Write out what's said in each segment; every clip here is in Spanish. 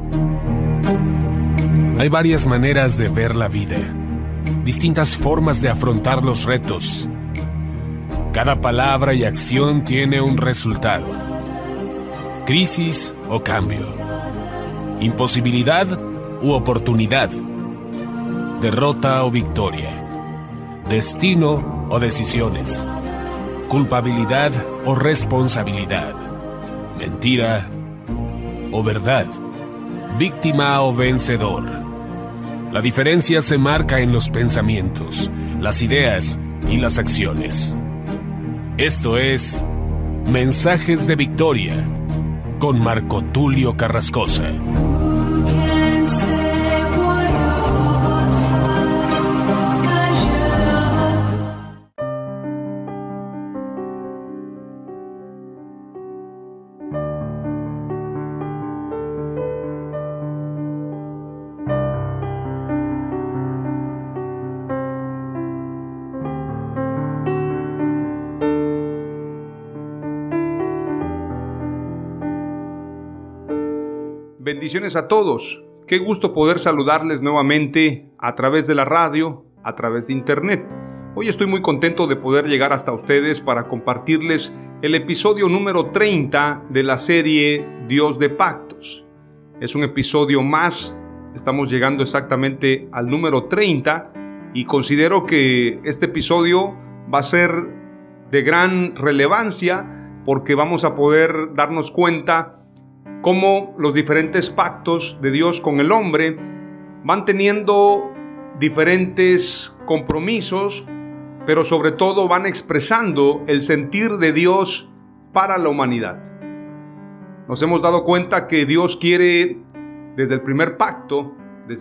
Hay varias maneras de ver la vida, distintas formas de afrontar los retos. Cada palabra y acción tiene un resultado. Crisis o cambio. Imposibilidad u oportunidad. Derrota o victoria. Destino o decisiones. Culpabilidad o responsabilidad. Mentira o verdad. Víctima o vencedor. La diferencia se marca en los pensamientos, las ideas y las acciones. Esto es Mensajes de Victoria con Marco Tulio Carrascosa. Bendiciones a todos. Qué gusto poder saludarles nuevamente a través de la radio, a través de internet. Hoy estoy muy contento de poder llegar hasta ustedes para compartirles el episodio número 30 de la serie Dios de Pactos. Es un episodio más, estamos llegando exactamente al número 30 y considero que este episodio va a ser de gran relevancia porque vamos a poder darnos cuenta cómo los diferentes pactos de Dios con el hombre van teniendo diferentes compromisos, pero sobre todo van expresando el sentir de Dios para la humanidad. Nos hemos dado cuenta que Dios quiere, desde el primer pacto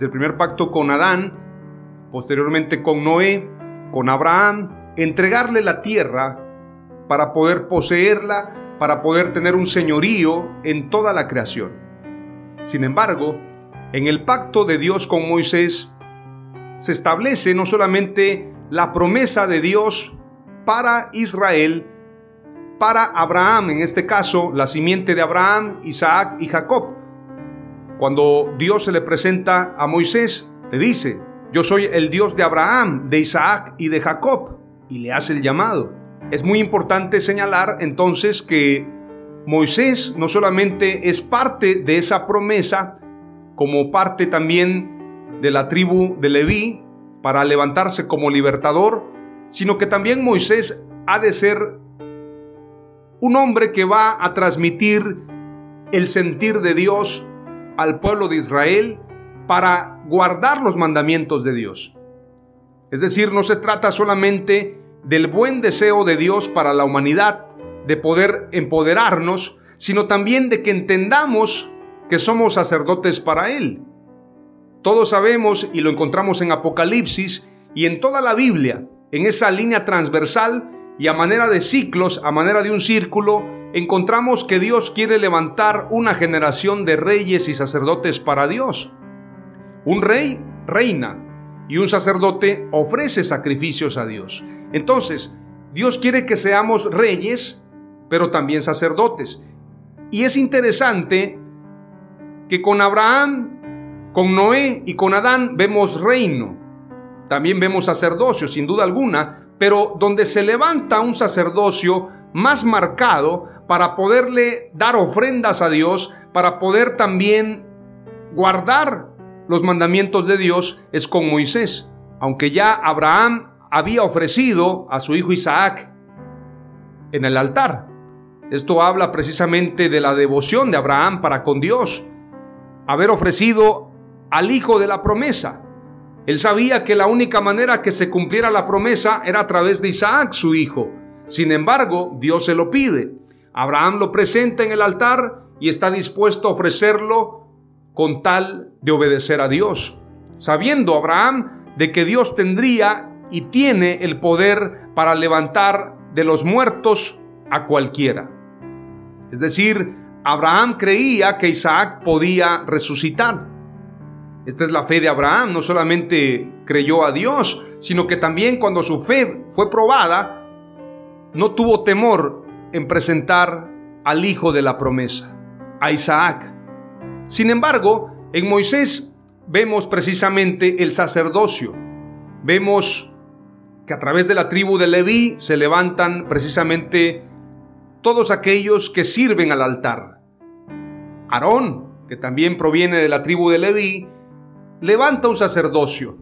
con Adán, posteriormente con Noé, con Abraham, entregarle la tierra para poder poseerla, para poder tener un señorío en toda la creación. Sin embargo, en el pacto de Dios con Moisés se establece no solamente la promesa de Dios para Israel, para Abraham, en este caso la simiente de Abraham, Isaac y Jacob. Cuando Dios se le presenta a Moisés, le dice: yo soy el Dios de Abraham, de Isaac y de Jacob, y le hace el llamado. Es muy importante señalar entonces que Moisés no solamente es parte de esa promesa, como parte también de la tribu de Leví para levantarse como libertador, sino que también Moisés ha de ser un hombre que va a transmitir el sentir de Dios al pueblo de Israel para guardar los mandamientos de Dios. Es decir, no se trata solamente del buen deseo de Dios para la humanidad, de poder empoderarnos, sino también de que entendamos que somos sacerdotes para Él. Todos sabemos, y lo encontramos en Apocalipsis y en toda la Biblia, en esa línea transversal y a manera de ciclos, a manera de un círculo, encontramos que Dios quiere levantar una generación de reyes y sacerdotes para Dios. Un rey reina y un sacerdote ofrece sacrificios a Dios. Entonces, Dios quiere que seamos reyes, pero también sacerdotes. Y es interesante que con Abraham, con Noé y con Adán vemos reino. También vemos sacerdocio, sin duda alguna, pero donde se levanta un sacerdocio más marcado para poderle dar ofrendas a Dios, para poder también guardar los mandamientos de Dios, es con Moisés. Aunque ya Abraham había ofrecido a su hijo Isaac en el altar. Esto habla precisamente de la devoción de Abraham para con Dios, haber ofrecido al hijo de la promesa. Él sabía que la única manera que se cumpliera la promesa era a través de Isaac, su hijo. Sin embargo, Dios se lo pide. Abraham lo presenta en el altar y está dispuesto a ofrecerlo con tal de obedecer a Dios, sabiendo Abraham de que Dios tendría y tiene el poder para levantar de los muertos a cualquiera. Es decir, Abraham creía que Isaac podía resucitar. Esta es la fe de Abraham. No solamente creyó a Dios, sino que también cuando su fe fue probada, no tuvo temor en presentar al hijo de la promesa, a Isaac. Sin embargo, En Moisés vemos precisamente el sacerdocio. Vemos que a través de la tribu de Leví se levantan precisamente todos aquellos que sirven al altar. Aarón, que también proviene de la tribu de Leví, levanta un sacerdocio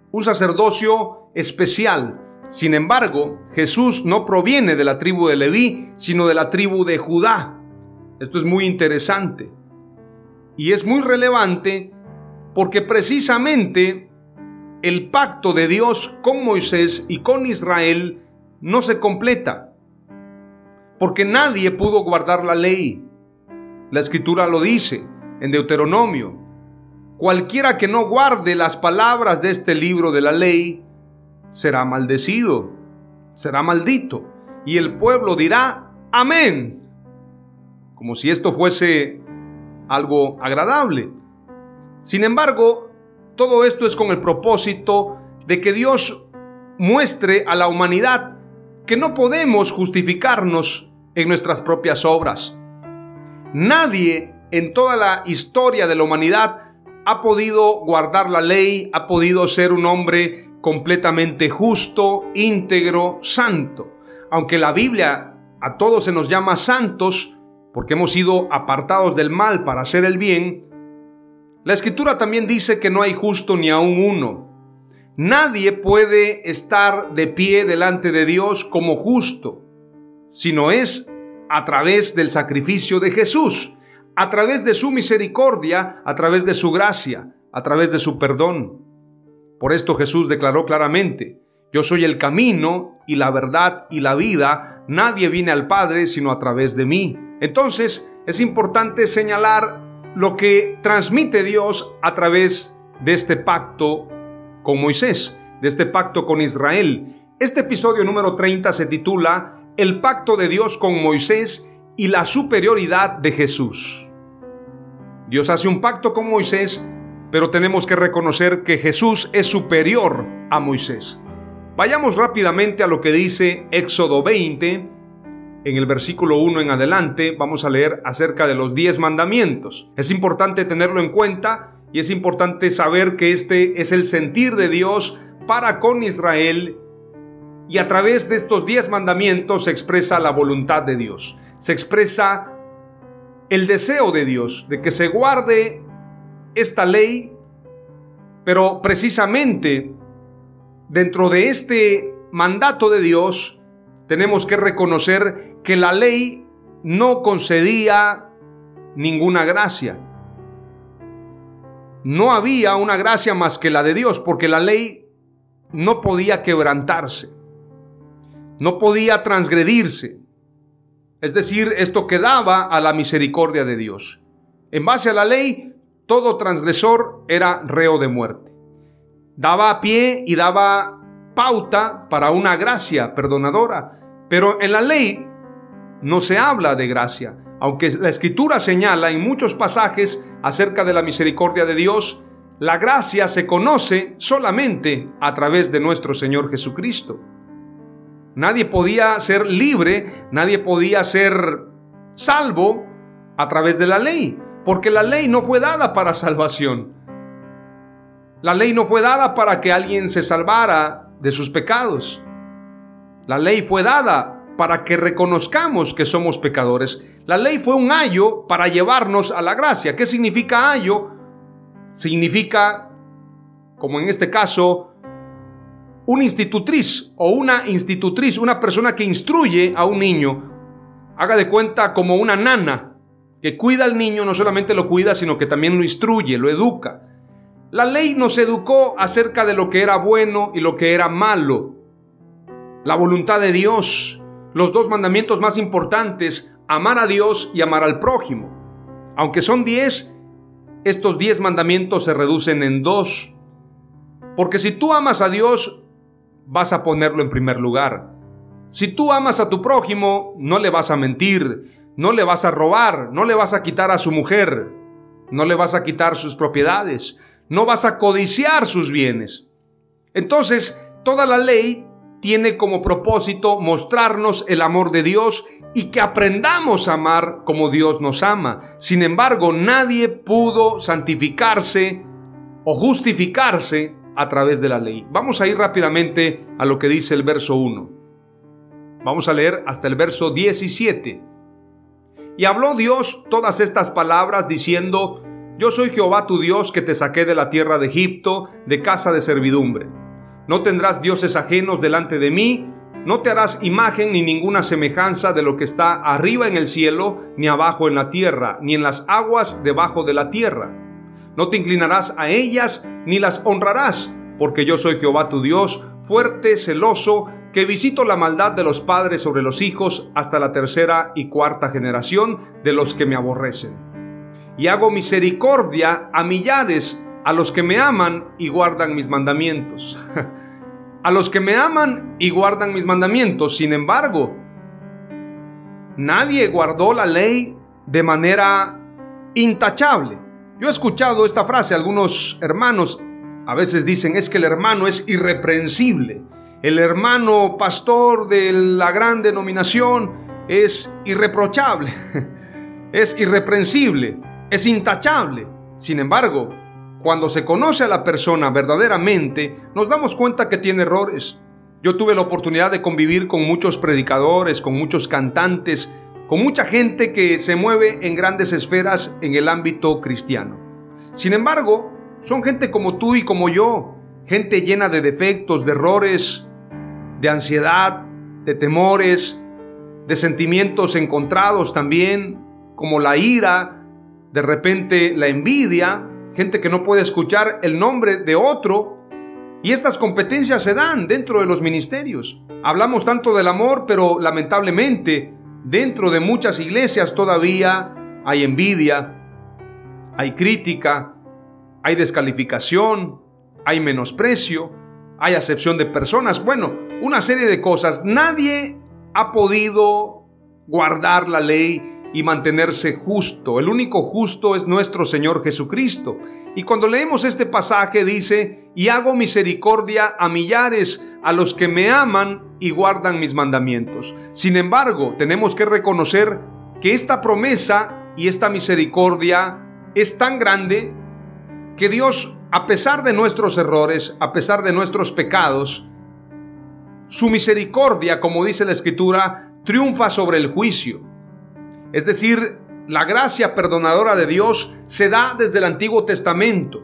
especial. Sin embargo, Jesús no proviene de la tribu de Leví, sino de la tribu de Judá. Esto es muy interesante y es muy relevante porque precisamente el pacto de Dios con Moisés y con Israel no se completa, porque nadie pudo guardar la ley. La Escritura lo dice en Deuteronomio: cualquiera que no guarde las palabras de este libro de la ley será maldecido, será maldito, y el pueblo dirá amén, como si esto fuese algo agradable. Sin embargo, todo esto es con el propósito de que Dios muestre a la humanidad que no podemos justificarnos en nuestras propias obras. Nadie en toda la historia de la humanidad ha podido guardar la ley, ha podido ser un hombre completamente justo, íntegro, santo. Aunque la Biblia a todos se nos llama santos porque hemos sido apartados del mal para hacer el bien, la Escritura también dice que no hay justo ni aun uno. Nadie puede estar de pie delante de Dios como justo, sino es a través del sacrificio de Jesús, a través de su misericordia, a través de su gracia, a través de su perdón. Por esto Jesús declaró claramente: yo soy el camino y la verdad y la vida. Nadie viene al Padre sino a través de mí. Entonces es importante señalar lo que transmite Dios a través de este pacto con Moisés, de este pacto con Israel. Este episodio número 30 se titula El pacto de Dios con Moisés y la superioridad de Jesús. Dios hace un pacto con Moisés, pero tenemos que reconocer que Jesús es superior a Moisés. Vayamos rápidamente a lo que dice Éxodo 20. En el versículo 1 en adelante vamos a leer acerca de los 10 mandamientos. Es importante tenerlo en cuenta y es importante saber que este es el sentir de Dios para con Israel, y a través de estos 10 mandamientos se expresa la voluntad de Dios. Se expresa el deseo de Dios de que se guarde esta ley, pero precisamente dentro de este mandato de Dios tenemos que reconocer que la ley no concedía ninguna gracia. No había una gracia más que la de Dios, porque la ley no podía quebrantarse, no podía transgredirse. Es decir, esto quedaba a la misericordia de Dios. En base a la ley, todo transgresor era reo de muerte. Daba pie y daba pauta para una gracia perdonadora. Pero en la ley no se habla de gracia. Aunque la Escritura señala en muchos pasajes acerca de la misericordia de Dios, la gracia se conoce solamente a través de nuestro Señor Jesucristo. Nadie podía ser libre, nadie podía ser salvo a través de la ley, porque la ley no fue dada para salvación. La ley no fue dada para que alguien se salvara de sus pecados. La ley fue dada para que reconozcamos que somos pecadores. La ley fue un ayo para llevarnos a la gracia. ¿Qué significa ayo? Significa, como en este caso, una institutriz o una institutriz, una persona que instruye a un niño. Haga de cuenta como una nana que cuida al niño, no solamente lo cuida, sino que también lo instruye, lo educa. La ley nos educó acerca de lo que era bueno y lo que era malo. La voluntad de Dios, los 2 mandamientos más importantes, amar a Dios y amar al prójimo. Aunque son 10, estos 10 mandamientos se reducen en 2. Porque si tú amas a Dios, vas a ponerlo en primer lugar. Si tú amas a tu prójimo, no le vas a mentir, no le vas a robar, no le vas a quitar a su mujer, no le vas a quitar sus propiedades, no vas a codiciar sus bienes. Entonces, toda la ley tiene como propósito mostrarnos el amor de Dios y que aprendamos a amar como Dios nos ama. Sin embargo, nadie pudo santificarse o justificarse a través de la ley. Vamos a ir rápidamente a lo que dice el verso 1. Vamos a leer hasta el verso 17. Y habló Dios todas estas palabras diciendo: Yo soy Jehová tu Dios, que te saqué de la tierra de Egipto, de casa de servidumbre. No tendrás dioses ajenos delante de mí. No te harás imagen ni ninguna semejanza de lo que está arriba en el cielo, ni abajo en la tierra, ni en las aguas debajo de la tierra. No te inclinarás a ellas, ni las honrarás, porque yo soy Jehová tu Dios, fuerte, celoso, que visito la maldad de los padres sobre los hijos hasta la tercera y cuarta generación de los que me aborrecen. Y hago misericordia a millares, a los que me aman y guardan mis mandamientos. A los que me aman y guardan mis mandamientos. Sin embargo, nadie guardó la ley de manera intachable. Yo he escuchado esta frase. Algunos hermanos a veces dicen: es que el hermano es irreprensible. El hermano pastor de la gran denominación es irreprochable, es irreprensible, es intachable. Sin embargo, cuando se conoce a la persona verdaderamente, nos damos cuenta que tiene errores. Yo tuve la oportunidad de convivir con muchos predicadores, con muchos cantantes, con mucha gente que se mueve en grandes esferas en el ámbito cristiano. Sin embargo, son gente como tú y como yo, gente llena de defectos, de errores, de ansiedad, de temores, de sentimientos encontrados también, como la ira, de repente la envidia, gente que no puede escuchar el nombre de otro. Y estas competencias se dan dentro de los ministerios. Hablamos tanto del amor, pero lamentablemente dentro de muchas iglesias todavía hay envidia, hay crítica, hay descalificación, hay menosprecio, hay acepción de personas. Bueno, una serie de cosas. Nadie ha podido guardar la ley y mantenerse justo. El único justo es nuestro Señor Jesucristo. Y cuando leemos este pasaje dice: y hago misericordia a millares, a los que me aman y guardan mis mandamientos. Sin embargo, tenemos que reconocer que esta promesa y esta misericordia es tan grande que Dios, a pesar de nuestros errores, a pesar de nuestros pecados, su misericordia, como dice la Escritura, triunfa sobre el juicio. Es decir, la gracia perdonadora de Dios se da desde el Antiguo Testamento,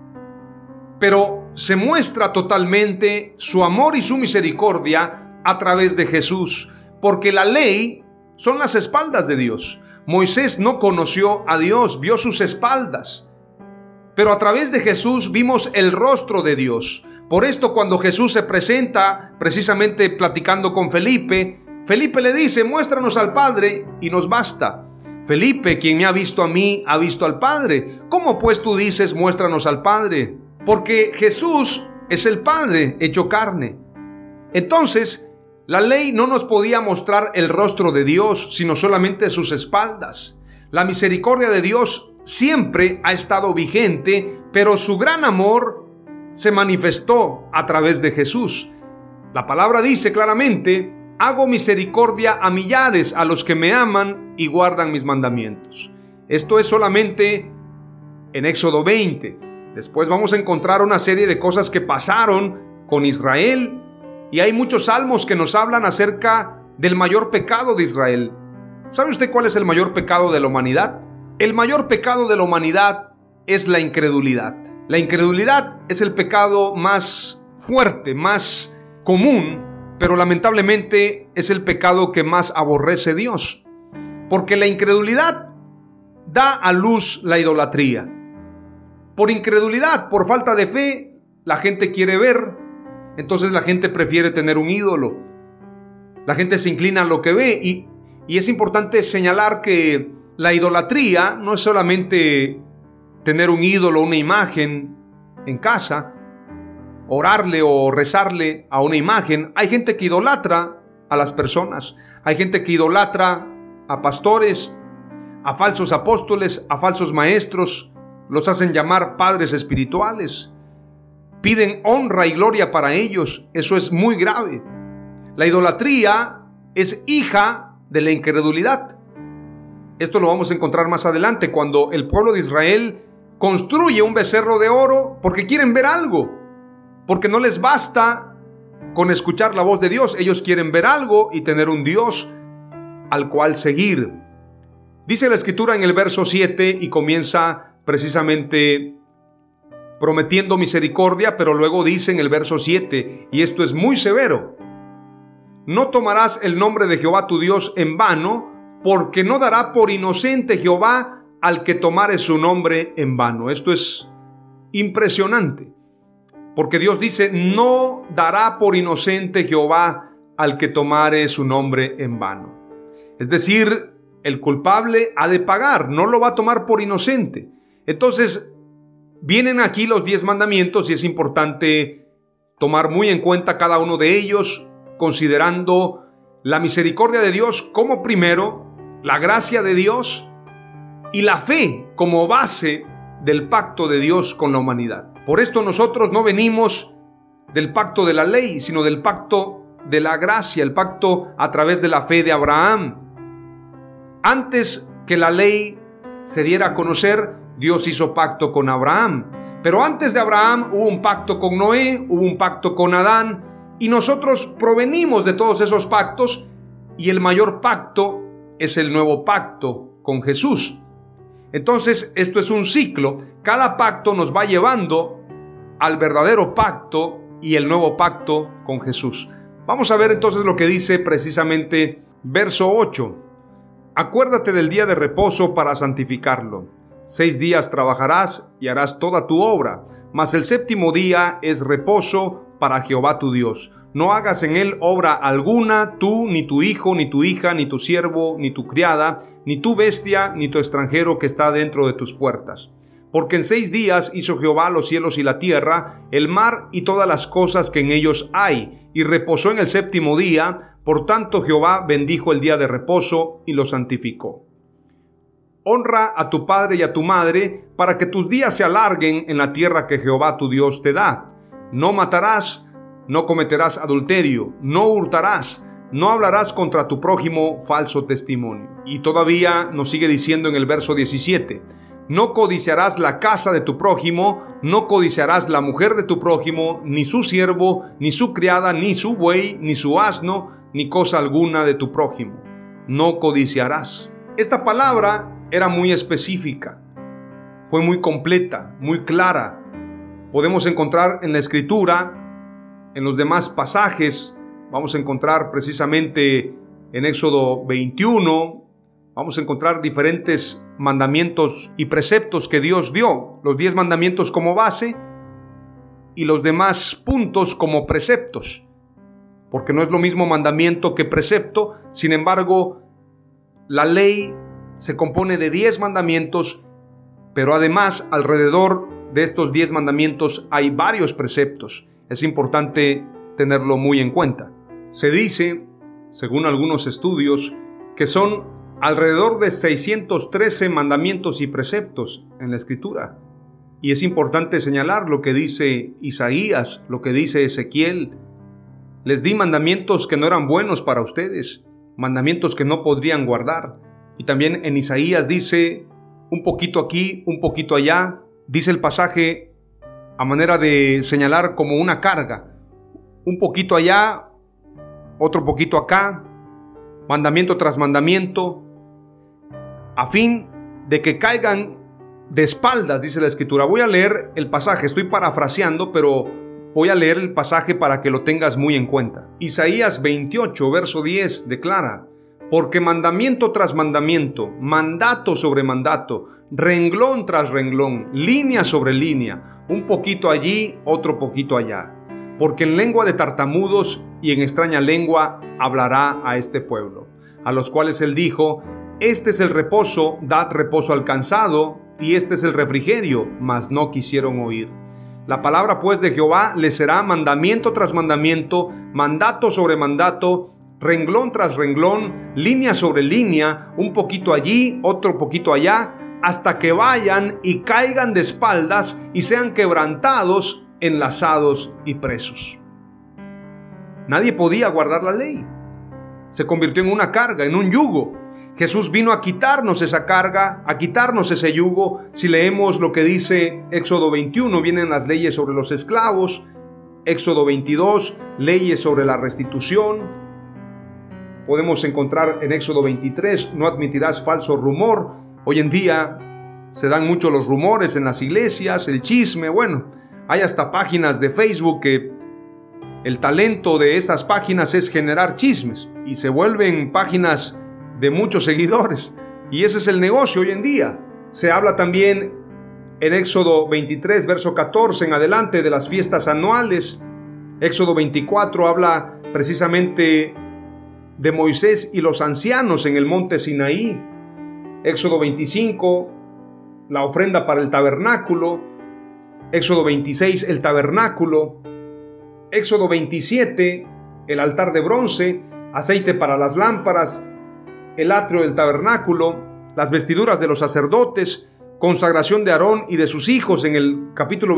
pero se muestra totalmente su amor y su misericordia a través de Jesús, porque la ley son las espaldas de Dios. Moisés no conoció a Dios, vio sus espaldas, pero a través de Jesús vimos el rostro de Dios. Por esto, cuando Jesús se presenta, precisamente platicando con Felipe le dice: muéstranos al Padre y nos basta. Felipe, quien me ha visto a mí, ha visto al Padre. ¿Cómo pues tú dices: muéstranos al Padre? Porque Jesús es el Padre hecho carne. Entonces, la ley no nos podía mostrar el rostro de Dios, sino solamente sus espaldas. La misericordia de Dios siempre ha estado vigente, pero su gran amor se manifestó a través de Jesús. La palabra dice claramente: hago misericordia a millares, a los que me aman y guardan mis mandamientos. Esto es solamente en Éxodo 20. Después vamos a encontrar una serie de cosas que pasaron con Israel, y hay muchos salmos que nos hablan acerca del mayor pecado de Israel. ¿Sabe usted cuál es el mayor pecado de la humanidad? El mayor pecado de la humanidad es la incredulidad. La incredulidad es el pecado más fuerte, más común, pero lamentablemente es el pecado que más aborrece Dios, porque la incredulidad da a luz la idolatría. Por incredulidad, por falta de fe, la gente quiere ver, entonces la gente prefiere tener un ídolo. La gente se inclina a lo que ve, y es importante señalar que la idolatría no es solamente tener un ídolo, una imagen en casa, orarle o rezarle a una imagen. Hay gente que idolatra a las personas. Hay gente que idolatra a pastores, a falsos apóstoles, a falsos maestros. Los hacen llamar padres espirituales. Piden honra y gloria para ellos. Eso es muy grave. La idolatría es hija de la incredulidad. Esto lo vamos a encontrar más adelante, cuando el pueblo de Israel construye un becerro de oro porque quieren ver algo, porque no les basta con escuchar la voz de Dios. Ellos quieren ver algo y tener un Dios al cual seguir. Dice la Escritura en el verso 7 y comienza precisamente prometiendo misericordia, pero luego dice en el verso 7, y esto es muy severo: no tomarás el nombre de Jehová tu Dios en vano, porque no dará por inocente Jehová al que tomare su nombre en vano. Esto es impresionante, porque Dios dice: no dará por inocente Jehová al que tomare su nombre en vano. Es decir, el culpable ha de pagar, no lo va a tomar por inocente. Entonces, vienen aquí los 10 mandamientos y es importante tomar muy en cuenta cada uno de ellos, considerando la misericordia de Dios como primero, la gracia de Dios y la fe como base del pacto de Dios con la humanidad. Por esto nosotros no venimos del pacto de la ley, sino del pacto de la gracia, el pacto a través de la fe de Abraham. Antes que la ley se diera a conocer, Dios hizo pacto con Abraham. Pero antes de Abraham hubo un pacto con Noé, hubo un pacto con Adán, y nosotros provenimos de todos esos pactos, y el mayor pacto es el nuevo pacto con Jesús. Entonces, esto es un ciclo. Cada pacto nos va llevando al verdadero pacto y el nuevo pacto con Jesús. Vamos a ver entonces lo que dice precisamente verso 8. Acuérdate del día de reposo para santificarlo. 6 días trabajarás y harás toda tu obra, mas el séptimo día es reposo para Jehová tu Dios. No hagas en él obra alguna, tú, ni tu hijo, ni tu hija, ni tu siervo, ni tu criada, ni tu bestia, ni tu extranjero que está dentro de tus puertas. Porque en 6 días hizo Jehová los cielos y la tierra, el mar y todas las cosas que en ellos hay, y reposó en el séptimo día. Por tanto Jehová bendijo el día de reposo y lo santificó. Honra a tu padre y a tu madre, para que tus días se alarguen en la tierra que Jehová tu Dios te da. No matarás, no cometerás adulterio, no hurtarás, no hablarás contra tu prójimo falso testimonio. Y todavía nos sigue diciendo en el verso 17, no codiciarás la casa de tu prójimo, no codiciarás la mujer de tu prójimo, ni su siervo, ni su criada, ni su buey, ni su asno, ni cosa alguna de tu prójimo. No codiciarás. Esta palabra era muy específica, fue muy completa, muy clara. Podemos encontrar en la Escritura, en los demás pasajes, vamos a encontrar precisamente en Éxodo 21, vamos a encontrar diferentes mandamientos y preceptos que Dios dio, los 10 mandamientos como base y los demás puntos como preceptos, porque no es lo mismo mandamiento que precepto. Sin embargo, la ley se compone de 10 mandamientos, pero además alrededor de estos 10 mandamientos hay varios preceptos. Es importante tenerlo muy en cuenta. Se dice, según algunos estudios, que son alrededor de 613 mandamientos y preceptos en la Escritura. Y es importante señalar lo que dice Isaías, lo que dice Ezequiel. Les di mandamientos que no eran buenos para ustedes, mandamientos que no podrían guardar. Y también en Isaías dice un poquito aquí, un poquito allá. Dice el pasaje a manera de señalar como una carga. Un poquito allá, otro poquito acá, mandamiento tras mandamiento, a fin de que caigan de espaldas, dice la Escritura. Voy a leer el pasaje, estoy parafraseando, pero voy a leer el pasaje para que lo tengas muy en cuenta. Isaías 28, verso 10 declara: porque mandamiento tras mandamiento, mandato sobre mandato, renglón tras renglón, línea sobre línea, un poquito allí, otro poquito allá. Porque en lengua de tartamudos y en extraña lengua hablará a este pueblo, a los cuales él dijo: este es el reposo, dad reposo al cansado, y este es el refrigerio, mas no quisieron oír. La palabra pues de Jehová les será mandamiento tras mandamiento, mandato sobre mandato, renglón tras renglón, línea sobre línea, un poquito allí, otro poquito allá, hasta que vayan y caigan de espaldas y sean quebrantados, enlazados y presos. Nadie podía guardar la ley. se convirtió en una carga, en un yugo. Jesús vino a quitarnos esa carga, a quitarnos ese yugo. Si leemos lo que dice Éxodo 21, vienen las leyes sobre los esclavos. Éxodo 22, leyes sobre la restitución. Podemos encontrar en Éxodo 23, no admitirás falso rumor. Hoy en día se dan mucho los rumores en las iglesias, el chisme. Bueno, hay hasta páginas de Facebook que el talento de esas páginas es generar chismes y se vuelven páginas de muchos seguidores. Y ese es el negocio hoy en día. Se habla también en Éxodo 23, verso 14 en adelante, de las fiestas anuales. Éxodo 24 habla precisamente de Moisés y los ancianos en el monte Sinaí. Éxodo 25, la ofrenda para el tabernáculo. Éxodo 26, el tabernáculo. Éxodo 27, el altar de bronce, aceite para las lámparas, el atrio del tabernáculo, las vestiduras de los sacerdotes, consagración de Aarón y de sus hijos en el capítulo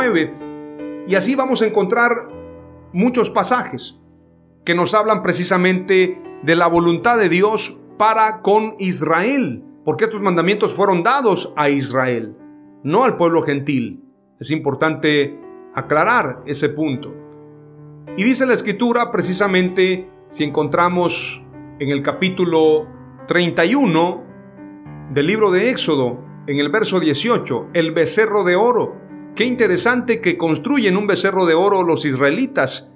29. Y así vamos a encontrar muchos pasajes que nos hablan precisamente de la voluntad de Dios para con Israel, porque estos mandamientos fueron dados a Israel, no al pueblo gentil. Es importante aclarar ese punto. Y dice la Escritura precisamente, si encontramos en el capítulo 31 del libro de Éxodo, en el verso 18, el becerro de oro. Qué interesante que construyen un becerro de oro los israelitas.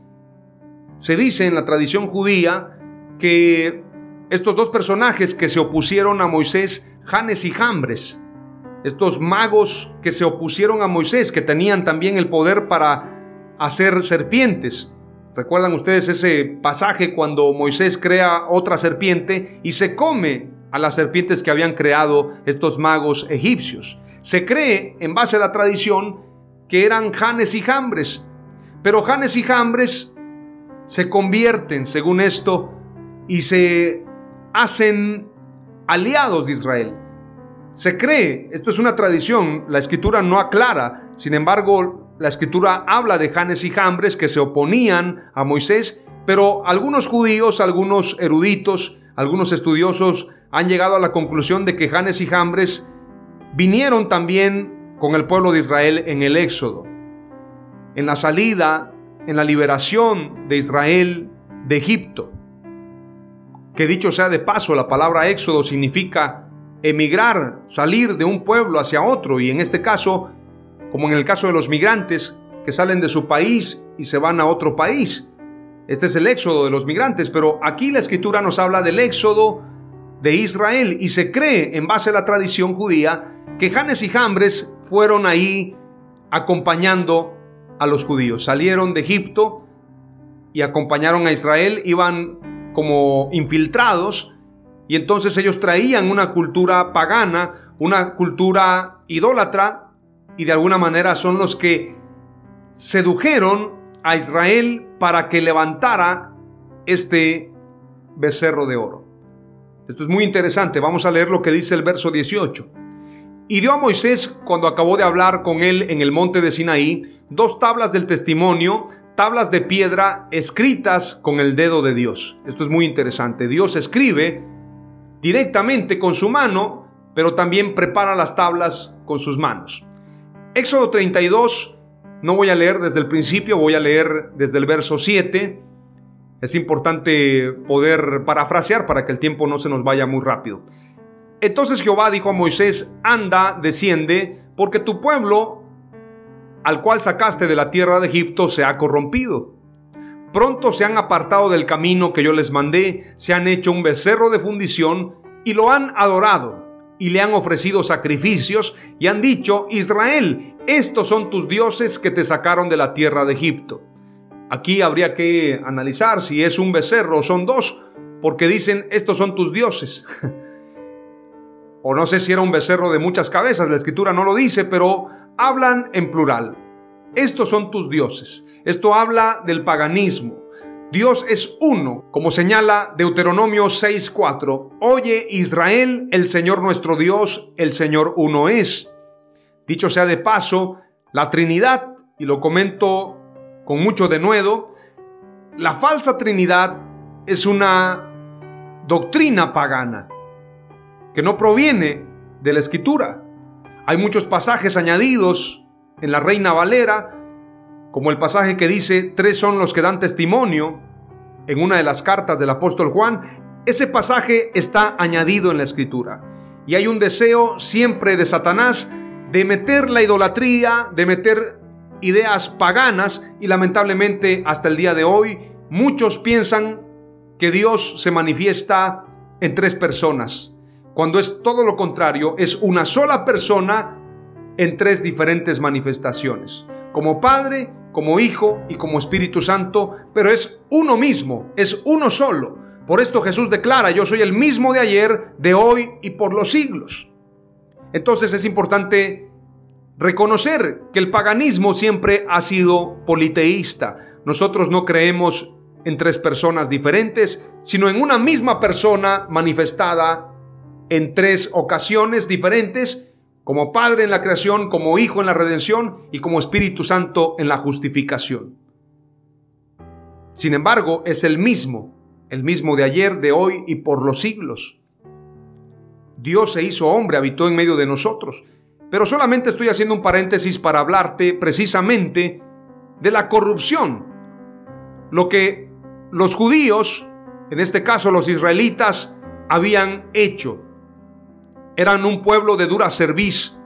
Se dice en la tradición judía que estos dos personajes que se opusieron a Moisés, Janes y Jambres, estos magos que se opusieron a Moisés, que tenían también el poder para hacer serpientes. ¿Recuerdan ustedes ese pasaje cuando Moisés crea otra serpiente y se come a las serpientes que habían creado estos magos egipcios? Se cree, en base a la tradición, que eran Janes y Jambres, pero Janes y Jambres se convierten, según esto, y se hacen aliados de Israel. Se cree, esto es una tradición, la Escritura no aclara, sin embargo, la Escritura habla de Janes y Jambres que se oponían a Moisés, pero algunos judíos, algunos eruditos, algunos estudiosos han llegado a la conclusión de que Janes y Jambres vinieron también con el pueblo de Israel en el Éxodo, en la salida, en la liberación de Israel de Egipto. Que dicho sea de paso, la palabra Éxodo significa emigrar, salir de un pueblo hacia otro, y en este caso, como en el caso de los migrantes que salen de su país y se van a otro país. Este es el éxodo de los migrantes, pero aquí la Escritura nos habla del éxodo de Israel y se cree, en base a la tradición judía, que Janes y Jambres fueron ahí acompañando a los judíos. Salieron de Egipto y acompañaron a Israel, iban como infiltrados, y entonces ellos traían una cultura pagana, una cultura idólatra, y de alguna manera son los que sedujeron a Israel para que levantara este becerro de oro. Esto es muy interesante. Vamos a leer lo que dice el verso 18. Y dio a Moisés, cuando acabó de hablar con él en el monte de Sinaí, 2 tablas del testimonio, tablas de piedra escritas con el dedo de Dios. Esto es muy interesante. Dios escribe directamente con su mano, pero también prepara las tablas con sus manos. Éxodo 32, no voy a leer desde el principio, voy a leer desde el verso 7. Es importante poder parafrasear para que el tiempo no se nos vaya muy rápido. Entonces Jehová dijo a Moisés: anda, desciende, porque tu pueblo, al cual sacaste de la tierra de Egipto, se ha corrompido. Pronto se han apartado del camino que yo les mandé, se han hecho un becerro de fundición y lo han adorado. Y le han ofrecido sacrificios y han dicho: Israel, estos son tus dioses que te sacaron de la tierra de Egipto. Aquí habría que analizar si es un becerro o son 2, porque dicen: estos son tus dioses. O no sé si era un becerro de muchas cabezas, la Escritura no lo dice, pero hablan en plural. Estos son tus dioses. Esto habla del paganismo. Dios es uno, como señala Deuteronomio 6:4. Oye Israel, el Señor nuestro Dios, el Señor uno es. Dicho sea de paso, la Trinidad, y lo comento con mucho denuedo, la falsa Trinidad es una doctrina pagana que no proviene de la Escritura. Hay muchos pasajes añadidos en la Reina Valera, como el pasaje que dice: 3 son los que dan testimonio, en una de las cartas del apóstol Juan. Ese pasaje está añadido en la Escritura. Y hay un deseo siempre de Satanás de meter la idolatría, de meter ideas paganas, y lamentablemente hasta el día de hoy muchos piensan que Dios se manifiesta en 3 personas, cuando es todo lo contrario. Es una sola persona en 3 diferentes manifestaciones, como Padre, como Hijo y como Espíritu Santo, pero es uno mismo, es uno solo. Por esto Jesús declara: yo soy el mismo de ayer, de hoy y por los siglos. Entonces es importante reconocer que el paganismo siempre ha sido politeísta. Nosotros no creemos en 3 personas diferentes, sino en una misma persona manifestada en 3 ocasiones diferentes, como Padre en la creación, como Hijo en la redención y como Espíritu Santo en la justificación. Sin embargo, es el mismo de ayer, de hoy y por los siglos. Dios se hizo hombre, habitó en medio de nosotros. Pero solamente estoy haciendo un paréntesis para hablarte precisamente de la corrupción. Lo que los judíos, en este caso los israelitas, habían hecho. Eran un pueblo de dura cerviz.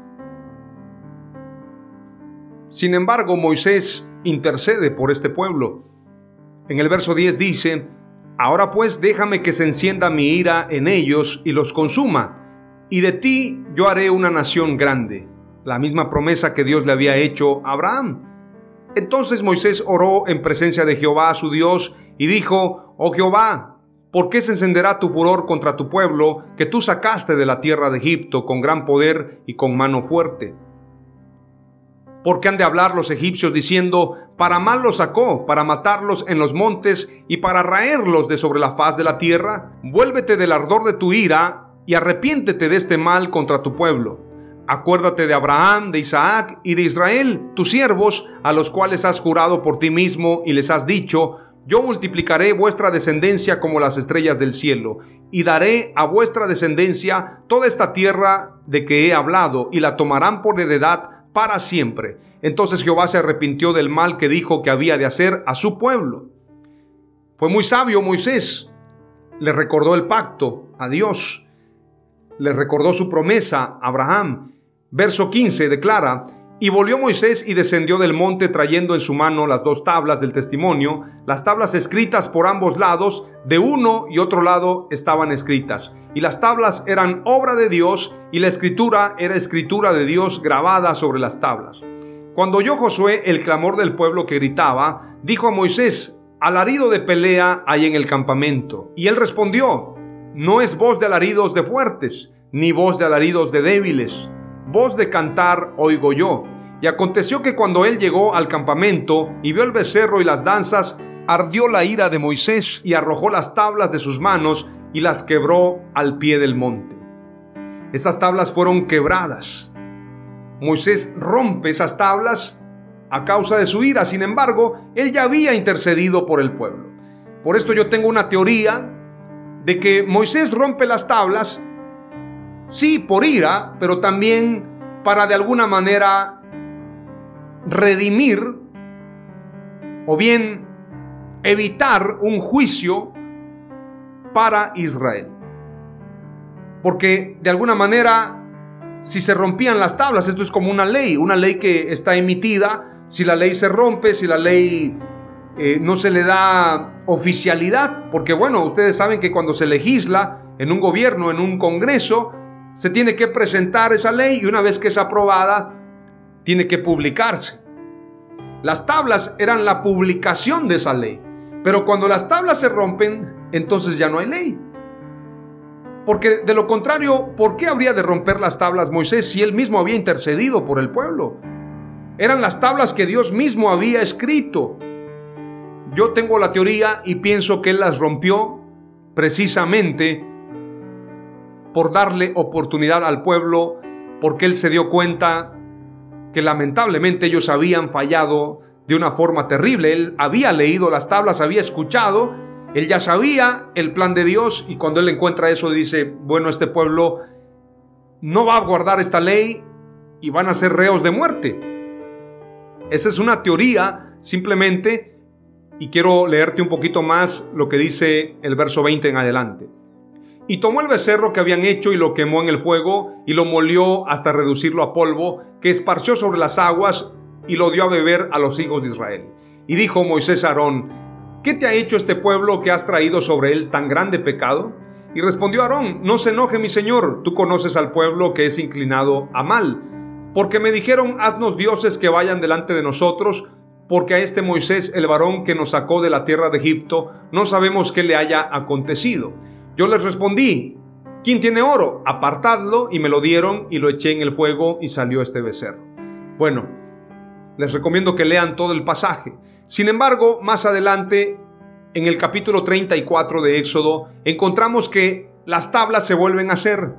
Sin embargo, Moisés intercede por este pueblo. En el verso 10 dice: ahora pues déjame que se encienda mi ira en ellos y los consuma, y de ti yo haré una nación grande. La misma promesa que Dios le había hecho a Abraham. Entonces Moisés oró en presencia de Jehová su Dios y dijo: oh Jehová, ¿por qué se encenderá tu furor contra tu pueblo que tú sacaste de la tierra de Egipto con gran poder y con mano fuerte? ¿Por qué han de hablar los egipcios diciendo: para mal los sacó, para matarlos en los montes y para raerlos de sobre la faz de la tierra? Vuélvete del ardor de tu ira y arrepiéntete de este mal contra tu pueblo. Acuérdate de Abraham, de Isaac y de Israel, tus siervos, a los cuales has jurado por ti mismo y les has dicho: yo multiplicaré vuestra descendencia como las estrellas del cielo, y daré a vuestra descendencia toda esta tierra de que he hablado, y la tomarán por heredad para siempre. Entonces Jehová se arrepintió del mal que dijo que había de hacer a su pueblo. Fue muy sabio Moisés. Le recordó el pacto a Dios. Le recordó su promesa a Abraham. Verso 15 declara: y volvió Moisés y descendió del monte trayendo en su mano las 2 tablas del testimonio, las tablas escritas por ambos lados, de uno y otro lado estaban escritas. Y las tablas eran obra de Dios, y la escritura era escritura de Dios grabada sobre las tablas. Cuando oyó Josué el clamor del pueblo que gritaba, dijo a Moisés: alarido de pelea hay en el campamento. Y él respondió: no es voz de alaridos de fuertes, ni voz de alaridos de débiles. Voz de cantar oigo yo. Y aconteció que cuando él llegó al campamento y vio el becerro y las danzas, ardió la ira de Moisés y arrojó las tablas de sus manos y las quebró al pie del monte. Esas tablas fueron quebradas. Moisés rompe esas tablas a causa de su ira. Sin embargo, él ya había intercedido por el pueblo. Por esto yo tengo una teoría de que Moisés rompe las tablas, sí, por ira, pero también para de alguna manera redimir o bien evitar un juicio para Israel. Porque de alguna manera, si se rompían las tablas, esto es como una ley que está emitida. Si la ley se rompe, si la ley no se le da oficialidad, porque bueno, ustedes saben que cuando se legisla en un gobierno, en un congreso, se tiene que presentar esa ley y una vez que es aprobada, tiene que publicarse. Las tablas eran la publicación de esa ley, pero cuando las tablas se rompen, entonces ya no hay ley. Porque de lo contrario, ¿por qué habría de romper las tablas Moisés si él mismo había intercedido por el pueblo? Eran las tablas que Dios mismo había escrito. Yo tengo la teoría y pienso que él las rompió precisamente por darle oportunidad al pueblo, porque él se dio cuenta que lamentablemente ellos habían fallado de una forma terrible. Él había leído las tablas, había escuchado Él ya sabía el plan de Dios, y cuando él encuentra eso dice, bueno, este pueblo no va a guardar esta ley y van a ser reos de muerte. Esa es una teoría simplemente, y quiero leerte un poquito más lo que dice el verso 20 en adelante. Y tomó el becerro que habían hecho y lo quemó en el fuego y lo molió hasta reducirlo a polvo, que esparció sobre las aguas y lo dio a beber a los hijos de Israel. Y dijo Moisés a Aarón, ¿qué te ha hecho este pueblo que has traído sobre él tan grande pecado? Y respondió Aarón, no se enoje mi señor, tú conoces al pueblo que es inclinado a mal, porque me dijeron, haznos dioses que vayan delante de nosotros, porque a este Moisés, el varón que nos sacó de la tierra de Egipto, no sabemos qué le haya acontecido. Yo les respondí, ¿quién tiene oro? Apartadlo, y me lo dieron, y lo eché en el fuego, y salió este becerro. Bueno, les recomiendo que lean todo el pasaje. Sin embargo, más adelante, en el capítulo 34 de Éxodo, encontramos que las tablas se vuelven a hacer.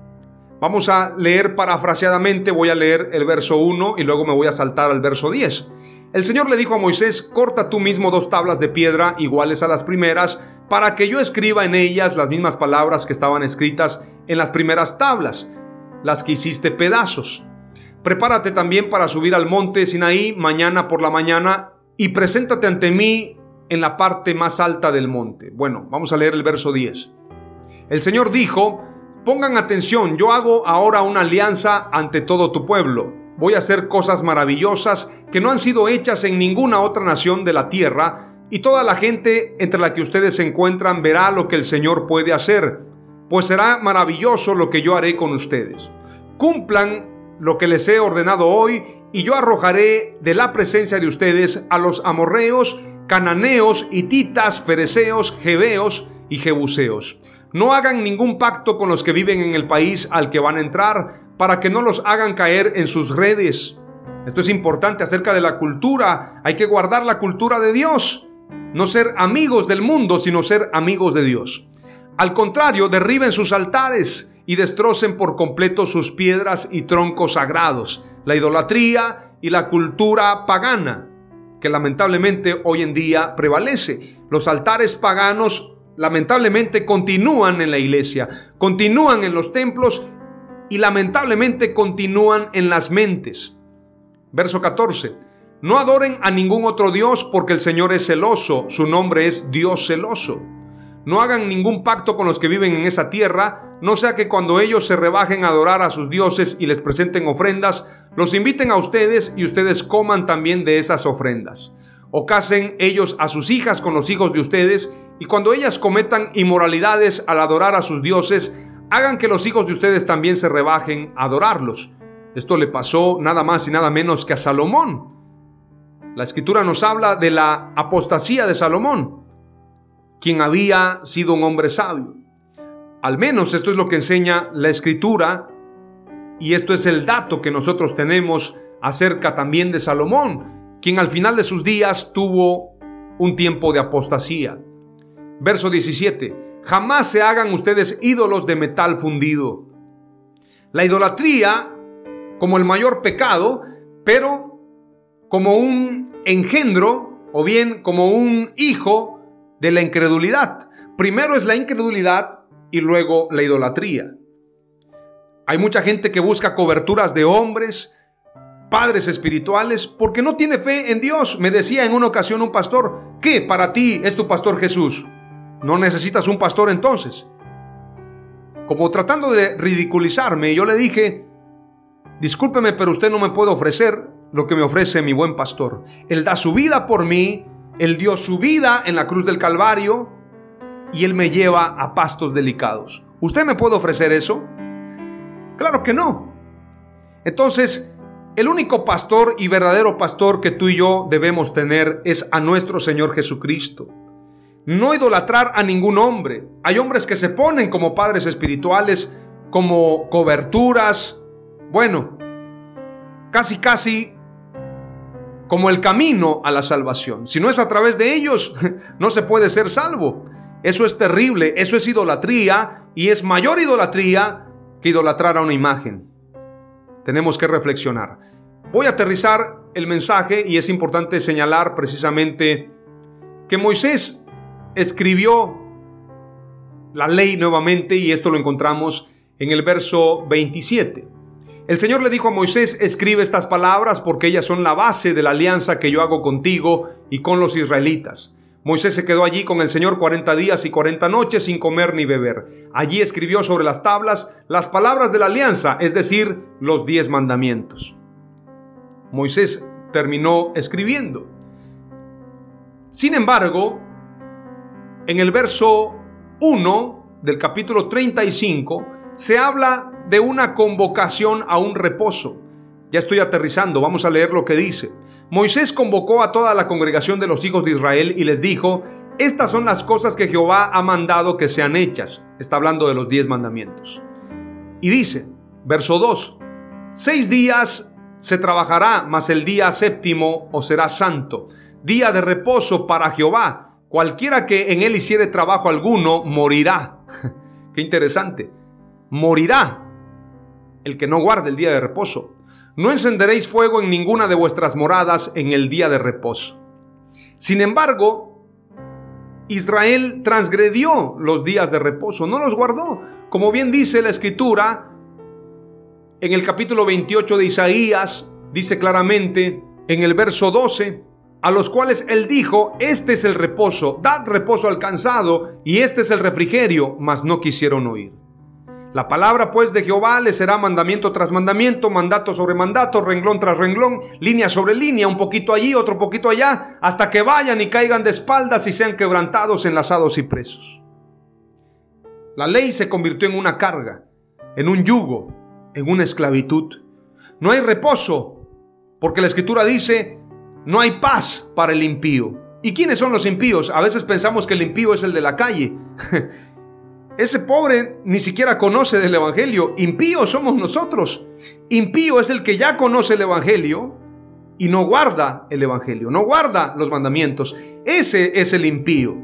Vamos a leer parafraseadamente, voy a leer el verso 1 y luego me voy a saltar al verso 10. El Señor le dijo a Moisés, corta tú mismo 2 tablas de piedra iguales a las primeras, para que yo escriba en ellas las mismas palabras que estaban escritas en las primeras tablas, las que hiciste pedazos. Prepárate también para subir al monte Sinaí mañana por la mañana y preséntate ante mí en la parte más alta del monte. Bueno, vamos a leer el verso 10. El Señor dijo, pongan atención, yo hago ahora una alianza ante todo tu pueblo. Voy a hacer cosas maravillosas que no han sido hechas en ninguna otra nación de la tierra, y toda la gente entre la que ustedes se encuentran verá lo que el Señor puede hacer, pues será maravilloso lo que yo haré con ustedes. Cumplan lo que les he ordenado hoy, y yo arrojaré de la presencia de ustedes a los amorreos, cananeos, hititas, fereceos, jebeos y jebuseos. No hagan ningún pacto con los que viven en el país al que van a entrar, para que no los hagan caer en sus redes. Esto es importante acerca de la cultura. Hay que guardar la cultura de Dios. No ser amigos del mundo, sino ser amigos de Dios. Al contrario, derriben sus altares y destrocen por completo sus piedras y troncos sagrados. La idolatría y la cultura pagana, que lamentablemente hoy en día prevalece. Los altares paganos lamentablemente continúan en la iglesia, continúan en los templos y lamentablemente continúan en las mentes. Verso 14. No adoren a ningún otro Dios, porque el Señor es celoso, su nombre es Dios celoso. No hagan ningún pacto con los que viven en esa tierra, no sea que cuando ellos se rebajen a adorar a sus dioses y les presenten ofrendas, los inviten a ustedes y ustedes coman también de esas ofrendas. O casen ellos a sus hijas con los hijos de ustedes, y cuando ellas cometan inmoralidades al adorar a sus dioses, hagan que los hijos de ustedes también se rebajen a adorarlos. Esto le pasó nada más y nada menos que a Salomón. La Escritura nos habla de la apostasía de Salomón, quien había sido un hombre sabio. Al menos esto es lo que enseña la Escritura, y esto es el dato que nosotros tenemos acerca también de Salomón, quien al final de sus días tuvo un tiempo de apostasía. Verso 17. Jamás se hagan ustedes ídolos de metal fundido. La idolatría como el mayor pecado, pero como un engendro o bien como un hijo de la incredulidad. Primero es la incredulidad y luego la idolatría. Hay mucha gente que busca coberturas de hombres, padres espirituales, porque no tiene fe en Dios. Me decía en una ocasión un pastor, ¿qué para ti es tu pastor Jesús? ¿No necesitas un pastor entonces? Como tratando de ridiculizarme, yo le dije, discúlpeme, pero usted no me puede ofrecer lo que me ofrece mi buen pastor. Él da su vida por mí, Él dio su vida en la cruz del Calvario y Él me lleva a pastos delicados. ¿Usted me puede ofrecer eso? Claro que no. Entonces, el único pastor y verdadero pastor que tú y yo debemos tener es a nuestro Señor Jesucristo. No idolatrar a ningún hombre. Hay hombres que se ponen como padres espirituales, como coberturas, bueno, casi como el camino a la salvación. Si no es a través de ellos, no se puede ser salvo. Eso es terrible, eso es idolatría, y es mayor idolatría que idolatrar a una imagen. Tenemos que reflexionar. Voy a aterrizar el mensaje, y es importante señalar precisamente que Moisés escribió la ley nuevamente, y esto lo encontramos en el verso 27. El Señor le dijo a Moisés: escribe estas palabras porque ellas son la base de la alianza que yo hago contigo y con los israelitas. Moisés se quedó allí con el Señor 40 días y 40 noches sin comer ni beber. Allí escribió sobre las tablas las palabras de la alianza, es decir, los 10 mandamientos. Moisés terminó escribiendo. Sin embargo, en el verso 1 del capítulo 35 se habla de una convocación a un reposo. Ya estoy aterrizando, vamos a leer lo que dice. Moisés convocó a toda la congregación de los hijos de Israel y les dijo: estas son las cosas que Jehová ha mandado que sean hechas. Está hablando de los 10 mandamientos. Y dice, verso 2: 6 días se trabajará, mas el día séptimo os será santo, día de reposo para Jehová. Cualquiera que en él hiciere trabajo alguno morirá. Qué interesante. Morirá el que no guarde el día de reposo. No encenderéis fuego en ninguna de vuestras moradas en el día de reposo. Sin embargo, Israel transgredió los días de reposo, no los guardó. Como bien dice la Escritura, en el capítulo 28 de Isaías, dice claramente en el verso 12, a los cuales él dijo: este es el reposo, dad reposo al cansado, y este es el refrigerio, mas no quisieron oír. La palabra pues de Jehová les será mandamiento tras mandamiento, mandato sobre mandato, renglón tras renglón, línea sobre línea, un poquito allí, otro poquito allá, hasta que vayan y caigan de espaldas y sean quebrantados, enlazados y presos. La ley se convirtió en una carga, en un yugo, en una esclavitud. No hay reposo, porque la Escritura dice: no hay paz para el impío. ¿Y quiénes son los impíos? A veces pensamos que el impío es el de la calle. Ese pobre ni siquiera conoce del Evangelio. Impíos somos nosotros. Impío es el que ya conoce el Evangelio y no guarda el Evangelio, no guarda los mandamientos. Ese es el impío.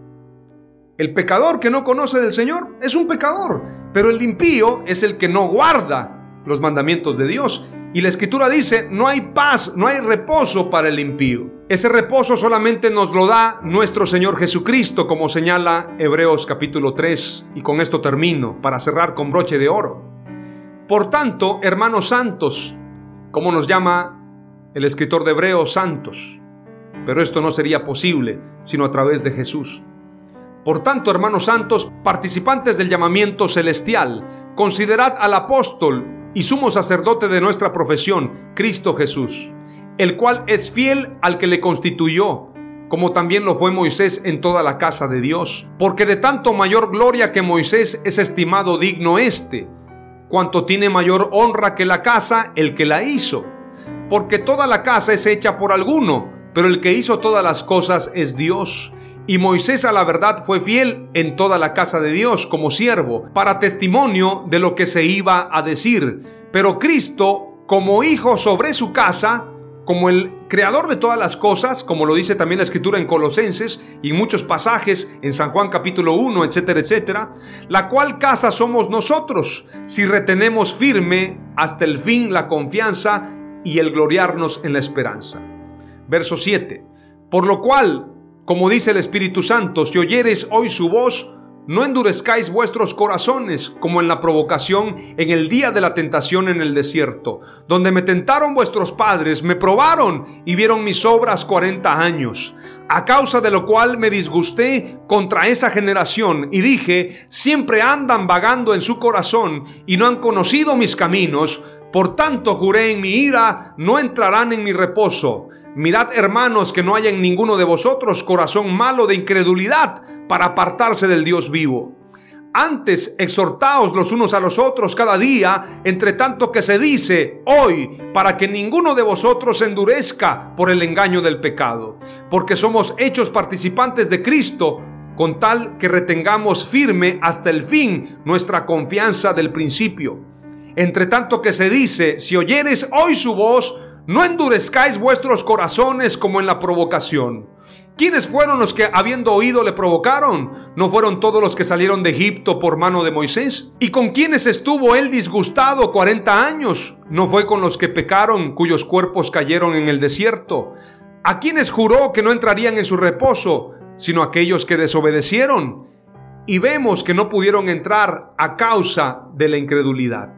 El pecador que no conoce del Señor es un pecador, pero el impío es el que no guarda los mandamientos de Dios. Y la Escritura dice: no hay paz, no hay reposo para el impío. Ese reposo solamente nos lo da nuestro Señor Jesucristo, como señala Hebreos capítulo 3. Y con esto termino, para cerrar con broche de oro. Por tanto, hermanos santos, como nos llama el escritor de Hebreos, santos. Pero esto no sería posible sino a través de Jesús. Por tanto, hermanos santos, participantes del llamamiento celestial, considerad al apóstol y sumo sacerdote de nuestra profesión, Cristo Jesús, el cual es fiel al que le constituyó, como también lo fue Moisés en toda la casa de Dios. Porque de tanto mayor gloria que Moisés es estimado digno cuanto tiene mayor honra que la casa el que la hizo. Porque toda la casa es hecha por alguno, pero el que hizo todas las cosas es Dios. Y Moisés a la verdad fue fiel en toda la casa de Dios como siervo, para testimonio de lo que se iba a decir. Pero Cristo, como hijo sobre su casa, como el creador de todas las cosas, como lo dice también la Escritura en Colosenses y en muchos pasajes en San Juan capítulo 1, etcétera, etcétera, la cual casa somos nosotros, si retenemos firme hasta el fin la confianza y el gloriarnos en la esperanza. Verso 7. Por lo cual, como dice el Espíritu Santo, si oyereis hoy su voz, no endurezcáis vuestros corazones como en la provocación en el día de la tentación en el desierto, donde me tentaron vuestros padres, me probaron y vieron mis obras 40 años, a causa de lo cual me disgusté contra esa generación y dije: siempre andan vagando en su corazón y no han conocido mis caminos. Por tanto juré en mi ira, no entrarán en mi reposo. Mirad, hermanos, que no haya en ninguno de vosotros corazón malo de incredulidad para apartarse del Dios vivo. Antes exhortaos los unos a los otros cada día, entre tanto que se dice hoy, para que ninguno de vosotros se endurezca por el engaño del pecado. Porque somos hechos participantes de Cristo, con tal que retengamos firme hasta el fin nuestra confianza del principio. Entre tanto que se dice: si oyeres hoy su voz, no endurezcáis vuestros corazones como en la provocación. ¿Quiénes fueron los que, habiendo oído, le provocaron? ¿No fueron todos los que salieron de Egipto por mano de Moisés? ¿Y con quiénes estuvo él disgustado 40 años? ¿No fue con los que pecaron, cuyos cuerpos cayeron en el desierto? ¿A quienes juró que no entrarían en su reposo? sino aquellos que desobedecieron. Y vemos que no pudieron entrar a causa de la incredulidad.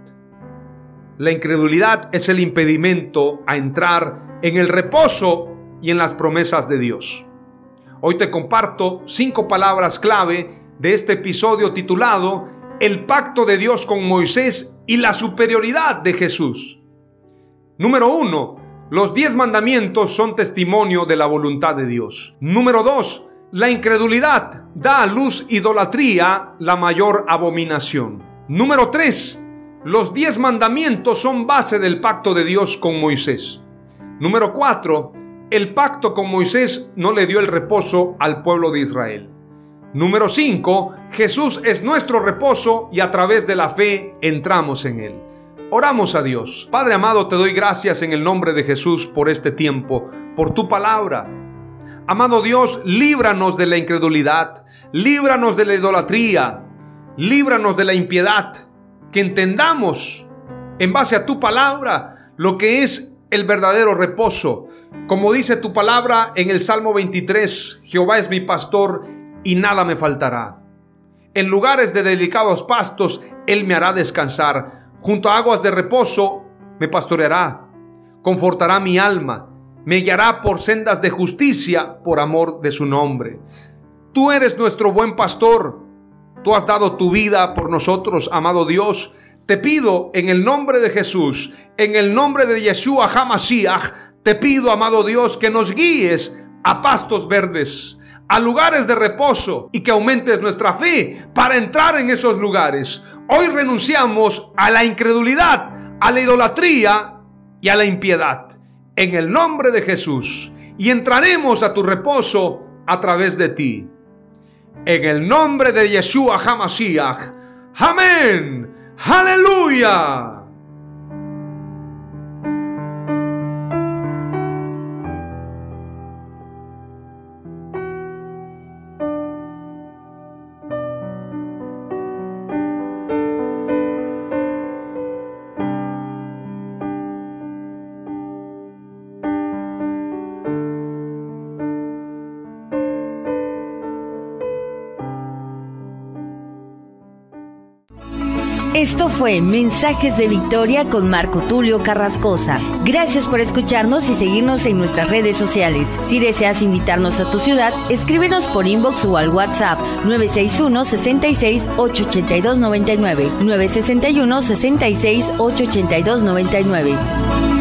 La incredulidad es el impedimento a entrar en el reposo y en las promesas de Dios. Hoy te comparto 5 palabras clave de este episodio titulado El pacto de Dios con Moisés y la superioridad de Jesús. Número 1. Los 10 mandamientos son testimonio de la voluntad de Dios. Número 2. La incredulidad da a luz idolatría, la mayor abominación. Número 3. Los 10 mandamientos son base del pacto de Dios con Moisés. Número 4. El pacto con Moisés no le dio el reposo al pueblo de Israel. Número 5. Jesús es nuestro reposo y a través de la fe entramos en él. Oramos a Dios. Padre amado, te doy gracias en el nombre de Jesús por este tiempo, por tu palabra. Amado Dios, líbranos de la incredulidad, líbranos de la idolatría, líbranos de la impiedad, que entendamos en base a tu palabra lo que es el verdadero reposo. Como dice tu palabra en el Salmo 23, Jehová es mi pastor y nada me faltará. En lugares de delicados pastos, Él me hará descansar. Junto a aguas de reposo, me pastoreará. Confortará mi alma. Me guiará por sendas de justicia por amor de su nombre. Tú eres nuestro buen pastor. Tú has dado tu vida por nosotros, amado Dios. Te pido en el nombre de Jesús, en el nombre de Yeshua HaMashiach, te pido, amado Dios, que nos guíes a pastos verdes, a lugares de reposo, y que aumentes nuestra fe para entrar en esos lugares. Hoy renunciamos a la incredulidad, a la idolatría y a la impiedad, en el nombre de Jesús, y entraremos a tu reposo a través de ti. En el nombre de Yeshua HaMashiach. Amén. Aleluya. Esto fue Mensajes de Victoria con Marco Tulio Carrascosa. Gracias por escucharnos y seguirnos en nuestras redes sociales. Si deseas invitarnos a tu ciudad, escríbenos por inbox o al WhatsApp 961-66-882-99, 961-66-882-99.